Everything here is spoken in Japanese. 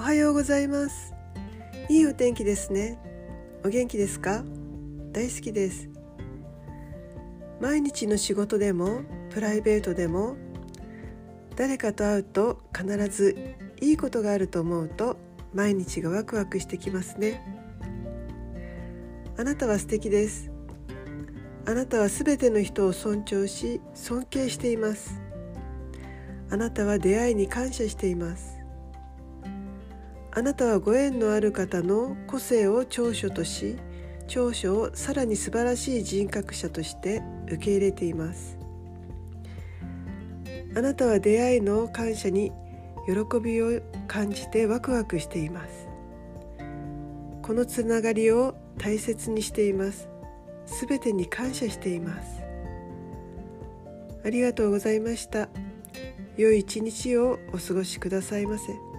はようございます。いいお天気ですね。お元気ですか？大好きです。毎日の仕事でもプライベートでも誰かと会うと必ずいいことがあると思うと毎日がワクワクしてきますね。あなたは素敵です。あなたはすべての人を尊重し尊敬しています。あなたは出会いに感謝しています。あなたはご縁のある方の個性を長所とし、長所をさらに素晴らしい人格者として受け入れています。あなたは出会いの感謝に喜びを感じてワクワクしています。このつながりを大切にしています。すべてに感謝しています。ありがとうございました。良い一日をお過ごしくださいませ。